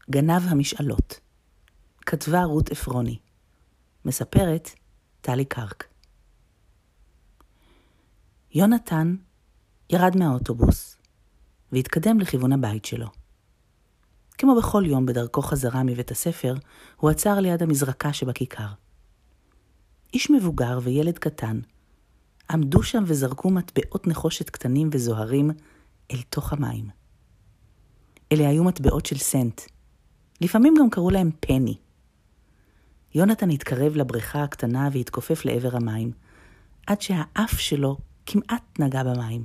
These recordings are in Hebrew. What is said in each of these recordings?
גנב המשאלות. כתבה רות אפרוני. מספרת טלי קרק. יונתן ירד מהאוטובוס והתקדם לכיוון הבית שלו. כמו בכל יום בדרכו חזרה מבית הספר, הוא עצר ליד המזרקה שבכיכר. איש מבוגר וילד קטן עמדו שם וזרקו מטבעות נחושת קטנים וזוהרים אל תוך המים. אלה היו מטבעות של סנט. לפעמים גם קראו להם פני. יונתן התקרב לבריכה הקטנה והתכופף לעבר המים, עד שהאף שלו כמעט נגע במים.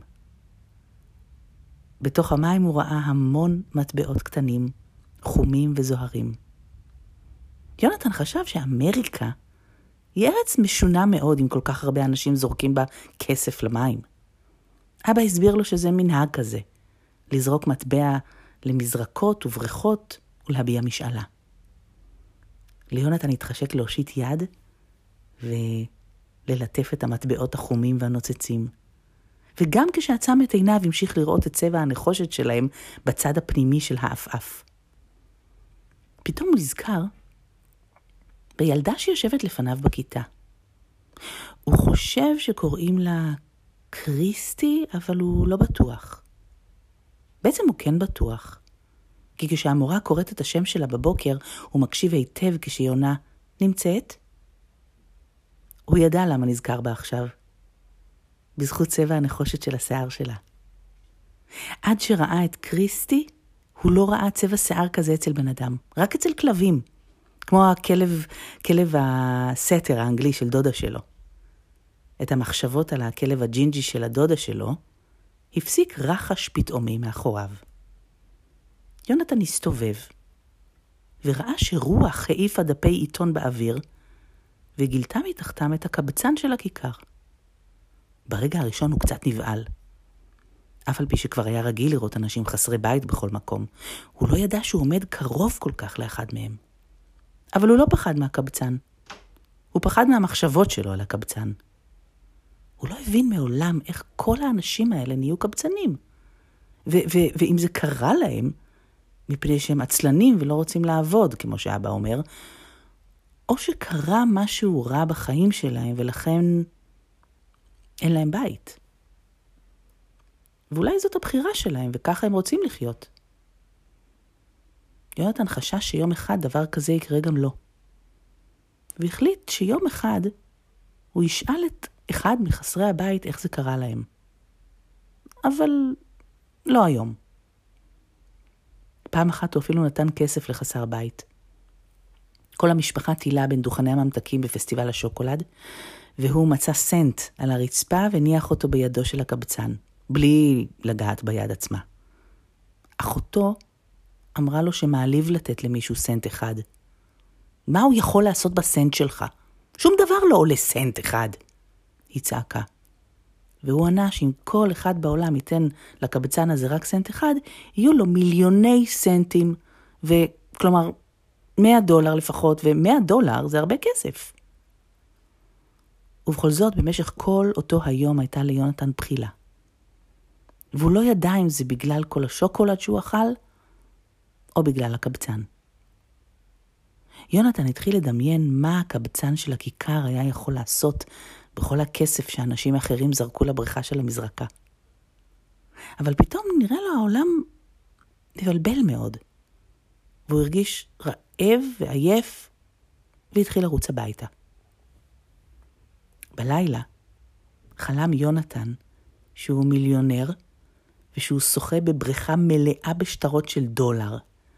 בתוך המים הוא ראה המון מטבעות קטנים, חומים וזוהרים. יונתן חשב שאמריקה היא ארץ משונה מאוד אם כל כך הרבה אנשים זורקים בה כסף למים. אבא הסביר לו שזה מנהג כזה, לזרוק מטבע למזרקות ובריכות ולהביע משאלה. ליונתן התחשק להושיט יד וללטף את המטבעות החומים והנוצצים. וגם כשעצם את עיניו המשיך לראות את צבע הנחושת שלהם בצד הפנימי של האף. פתאום הוא נזכר בילדה שיושבת לפניו בכיתה. הוא חושב שקוראים לה קריסטי, אבל הוא לא בטוח. בעצם הוא כן בטוח, כי כשהמורה קוראת את השם שלה בבוקר, הוא מקשיב היטב כשהיא עונה, נמצאת? הוא ידע למה נזכר בה עכשיו. בזכות צבע הנחושת של השיער שלה. עד שראה את קריסטי, הוא לא ראה צבע שיער כזה אצל בן אדם, רק אצל כלבים, כמו כלב הסתר האנגלי של דודה שלו. את המחשבות על הכלב הג'ינג'י של הדודה שלו, הפסיק רחש פתאומי מאחוריו. יונתן הסתובב, וראה שרוח העיפה דפי עיתון באוויר, וגילתה מתחתם את הקבצן של הכיכר. ברגע הראשון הוא קצת נבעל. אף על פי שכבר היה רגיל לראות אנשים חסרי בית בכל מקום, הוא לא ידע שהוא עומד קרוב כל כך לאחד מהם. אבל הוא לא פחד מהקבצן. הוא פחד מהמחשבות שלו על הקבצן. הוא לא הבין מעולם איך כל האנשים האלה נהיו קבצנים. ואם זה קרה להם, מפני שהם עצלנים ולא רוצים לעבוד, כמו שאבא אומר, או שקרה משהו רע בחיים שלהם ולכן אין להם בית. ואולי זאת הבחירה שלהם וככה הם רוצים לחיות. יונתן חשש שיום אחד דבר כזה יקרה גם לו. והחליט שיום אחד הוא ישאל את אחד מחסרי הבית איך זה קרה להם. אבל לא היום. פעם אחת הוא אפילו נתן כסף לחסר בית. כל המשפחה טילה בין דוכני הממתקים בפסטיבל השוקולד, והוא מצא סנט על הרצפה וניח אותו בידו של הקבצן, בלי לגעת ביד עצמה. אחותו אמרה לו שמעליב לתת למישהו סנט אחד. מה הוא יכול לעשות בסנט שלך? שום דבר לא עולה סנט אחד, היא צעקה. והוא ענה שאם כל אחד בעולם ייתן לקבצן הזה רק סנט אחד, יהיו לו מיליוני סנטים, וכלומר $100 לפחות, $100 זה הרבה כסף. ובכל זאת, במשך כל אותו היום הייתה ליונתן בחילה. והוא לא ידע אם זה בגלל כל השוקולד שהוא אכל, או בגלל הקבצן. יונתן התחיל לדמיין מה הקבצן של הכיכר היה יכול לעשות בכל הכסף שאנשים אחרים זרקו לבריכה של המזרקה. אבל פתאום נראה לו העולם מבלבל מאוד. והוא הרגיש רעב ועייף, והתחיל לרוץ הביתה. בלילה חלם יונתן שהוא מיליונר, ושהוא שוחה בבריכה מלאה בשטרות של $.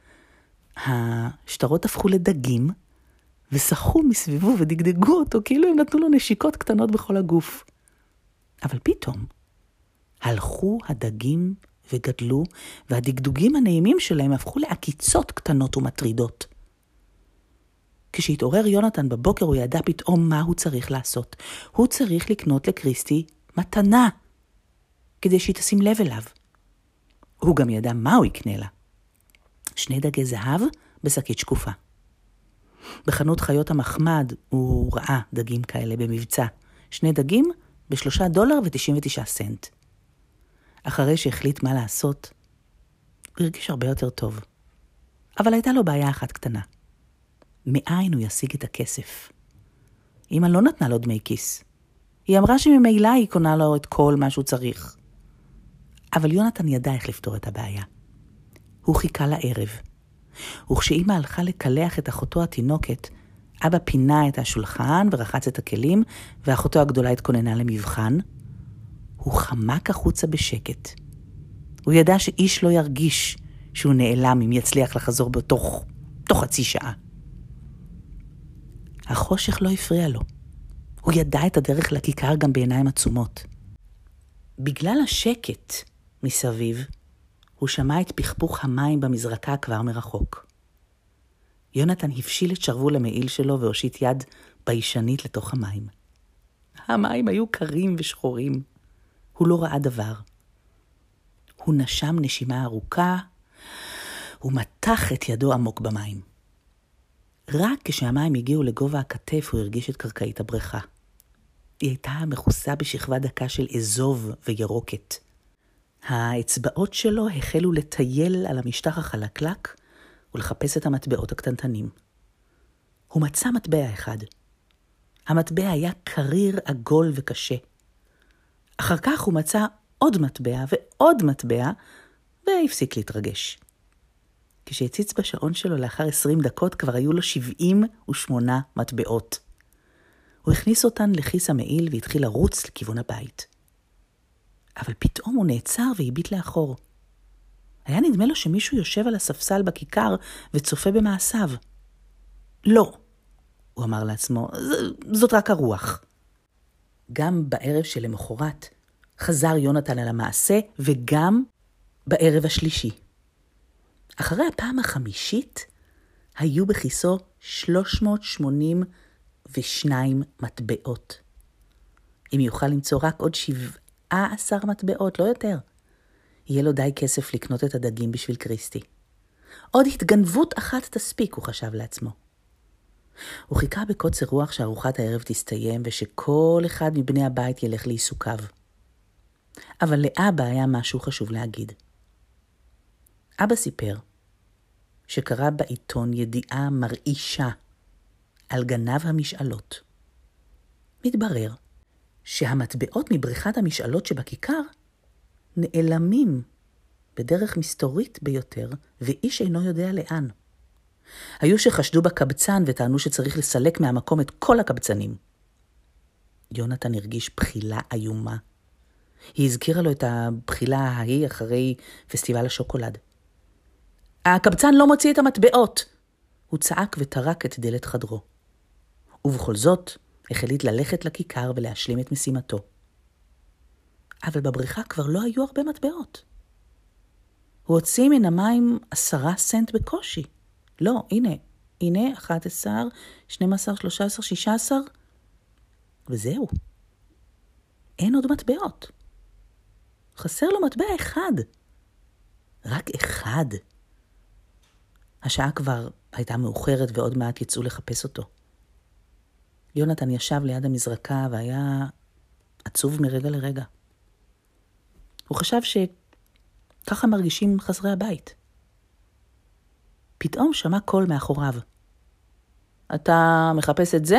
השטרות הפכו לדגים, ושחו מסביבו ודגדגו אותו, כאילו הם נתנו לו נשיקות קטנות בכל הגוף. אבל פתאום הלכו הדגים וגדלו, והדגדוגים הנעימים שלהם הפכו לעקיצות קטנות ומטרידות. כשהתעורר יונתן בבוקר, הוא ידע פתאום מה הוא צריך לעשות. הוא צריך לקנות לקריסטי מתנה, כדי שהיא תשים לב אליו. הוא גם ידע מה הוא יקנה לה. 2 דגי זהב בשקית שקופה. בחנות חיות המחמד הוא ראה דגים כאלה במבצע. 2 דגים $3.99. אחרי שהחליט מה לעשות, הוא הרגיש הרבה יותר טוב. אבל הייתה לו בעיה אחת קטנה. מאין הוא ישיג את הכסף? אמא לא נתנה לו דמי כיס. היא אמרה שממילא היא קונה לו את כל מה שהוא צריך. אבל יונתן ידע איך לפתור את הבעיה. הוא חיכה לערב. וכשאמא הלכה לקלח את אחותו התינוקת, אבא פינה את השולחן ורחץ את הכלים, ואחותו הגדולה התכוננה למבחן. הוא חמק החוצה בשקט. הוא ידע שאיש לא ירגיש שהוא נעלם אם יצליח לחזור בתוך חצי שעה. החושך לא הפריע לו. הוא ידע את הדרך לכיכר גם בעיניים עצומות. בגלל השקט מסביב, הוא שמע את פכפוך המים במזרקה כבר מרחוק. יונתן הפשיל את שרוול המעיל שלו והושיט יד ביישנית לתוך המים. המים היו קרים ושחורים. הוא לא ראה דבר. הוא נשם נשימה ארוכה, ומתח את ידו עמוק במים. רק כשהמים הגיעו לגובה הכתף הוא הרגיש את קרקעית הבריכה. היא הייתה מכוסה בשכבה דקה של אזוב וירוקת. האצבעות שלו החלו לטייל על המשטח החלקלק ולחפש את המטבעות הקטנטנים. הוא מצא מטבע אחד. המטבע היה קריר, עגול וקשה. אחר כך הוא מצא עוד מטבע ועוד מטבע, והפסיק להתרגש. כשהציץ בשעון שלו לאחר 20 דקות, כבר היו לו 78 מטבעות. הוא הכניס אותן לכיס המעיל והתחיל לרוץ לכיוון הבית. אבל פתאום הוא נעצר והביט לאחור. היה נדמה לו שמישהו יושב על הספסל בכיכר וצופה במעשיו. לא, הוא אמר לעצמו, זאת רק הרוח. גם בערב שלמחרת חזר יונתן על המעשה, וגם בערב השלישי. אחרי הפעם החמישית היו בכיסו 382 מטבעות. אם יוכל למצוא רק עוד 17 מטבעות, לא יותר, יהיה לו די כסף לקנות את הדגים בשביל קריסטי. עוד התגנבות אחת תספיק, הוא חשב לעצמו. הוא חיכה בקוצר רוח שארוחת הערב תסתיים ושכל אחד מבני הבית ילך לעיסוקיו. אבל לאבא היה משהו חשוב להגיד. אבא סיפר שקרא בעיתון ידיעה מרעישה על גנב המשאלות. מתברר שהמטבעות מבריכת המשאלות שבכיכר נעלמים בדרך מסתורית ביותר, ואיש אינו יודע לאן. היו שחשדו בקבצן וטענו שצריך לסלק מהמקום את כל הקבצנים. יונתן הרגיש בחילה איומה. היא הזכירה לו את הבחילה ההיא אחרי פסטיבל השוקולד. הקבצן לא מוציא את המטבעות! הוא צעק וטרק את דלת חדרו. ובכל זאת, החליט ללכת לכיכר ולהשלים את משימתו. אבל בבריכה כבר לא היו הרבה מטבעות. הוא הוציא מן המים 10 סנט בקושי. לא, הנה 11, 12, 13, 16, וזהו. אין עוד מטבעות. חסר לו מטבע אחד. רק אחד. השעה כבר הייתה מאוחרת ועוד מעט יצאו לחפש אותו. יונתן ישב ליד המזרקה והיה עצוב מרגע לרגע. הוא חשב שככה מרגישים חסרי הבית. פתאום שמע קול מאחוריו. אתה מחפש את זה?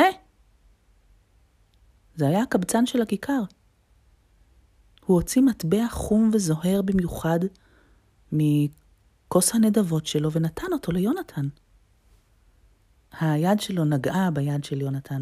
זה היה הקבצן של הכיכר. הוא הוציא מטבע חום וזוהר במיוחד מכוס הנדבות שלו ונתן אותו ליונתן. היד שלו נגעה ביד של יונתן.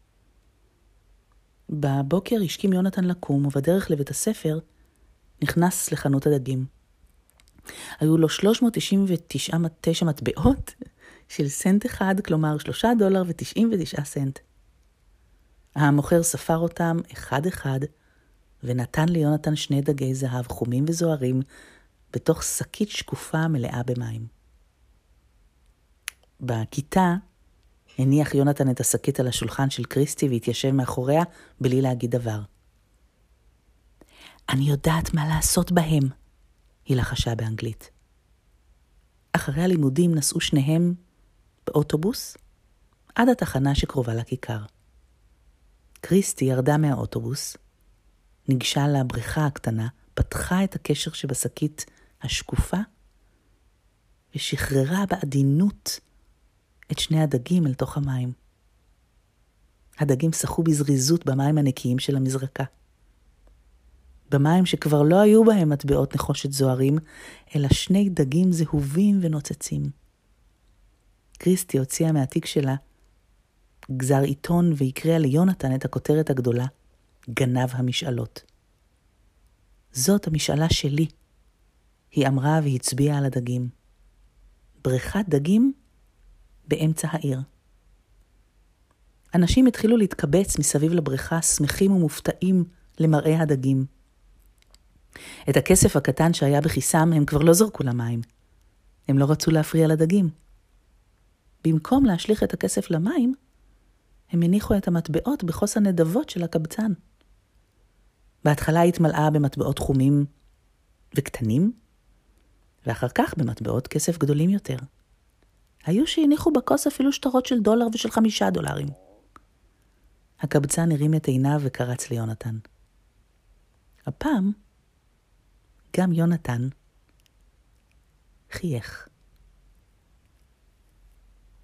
בבוקר השכים יונתן לקום, ובדרך לבית הספר נכנס לחנות הדגים. היו לו 399 מטבעות של סנט אחד, כלומר $3.99. המוכר ספר אותם אחד אחד, ונתן ליונתן 2 דגי זהב חומים וזוהרים, בתוך שקית שקופה מלאה במים. בכיתה הניח יונתן את השקית על השולחן של קריסטי והתיישב מאחוריה בלי להגיד דבר. אני יודעת מה לעשות בהם, היא לחשה באנגלית. אחרי הלימודים נסעו שניהם באוטובוס עד התחנה שקרובה לכיכר. קריסטי ירדה מהאוטובוס, ניגשה לבריכה הקטנה, פתחה את הקשר שבשקית השקופה, ושחררה בעדינות את שני הדגים אל תוך המים. הדגים שחו בזריזות במים הנקיים של המזרקה. במים שכבר לא היו בהם מטבעות נחושת זוהרים, אלא שני דגים זהובים ונוצצים. קריסטי הוציאה מהתיק שלה גזר עיתון ויקרא ליונתן את הכותרת הגדולה, גנב המשאלות. זאת המשאלה שלי, היא אמרה והצביעה על הדגים. בריכת דגים באמצע העיר. אנשים התחילו להתקבץ מסביב לבריכה, שמחים ומופתעים למראה הדגים. את הכסף הקטן שהיה בכיסם הם כבר לא זרקו למים. הם לא רצו להפריע לדגים. במקום להשליך את הכסף למים, הם הניחו את המטבעות בחוס הנדבות של הקבצן. בהתחלה התמלאה במטבעות חומים וקטנים, ואחר כך במטבעות כסף גדולים יותר. היו שהניחו בכוס אפילו שטרות של $1 ושל $5. הקבצן הרים את עיניו וקרץ ליונתן. הפעם גם יונתן חייך.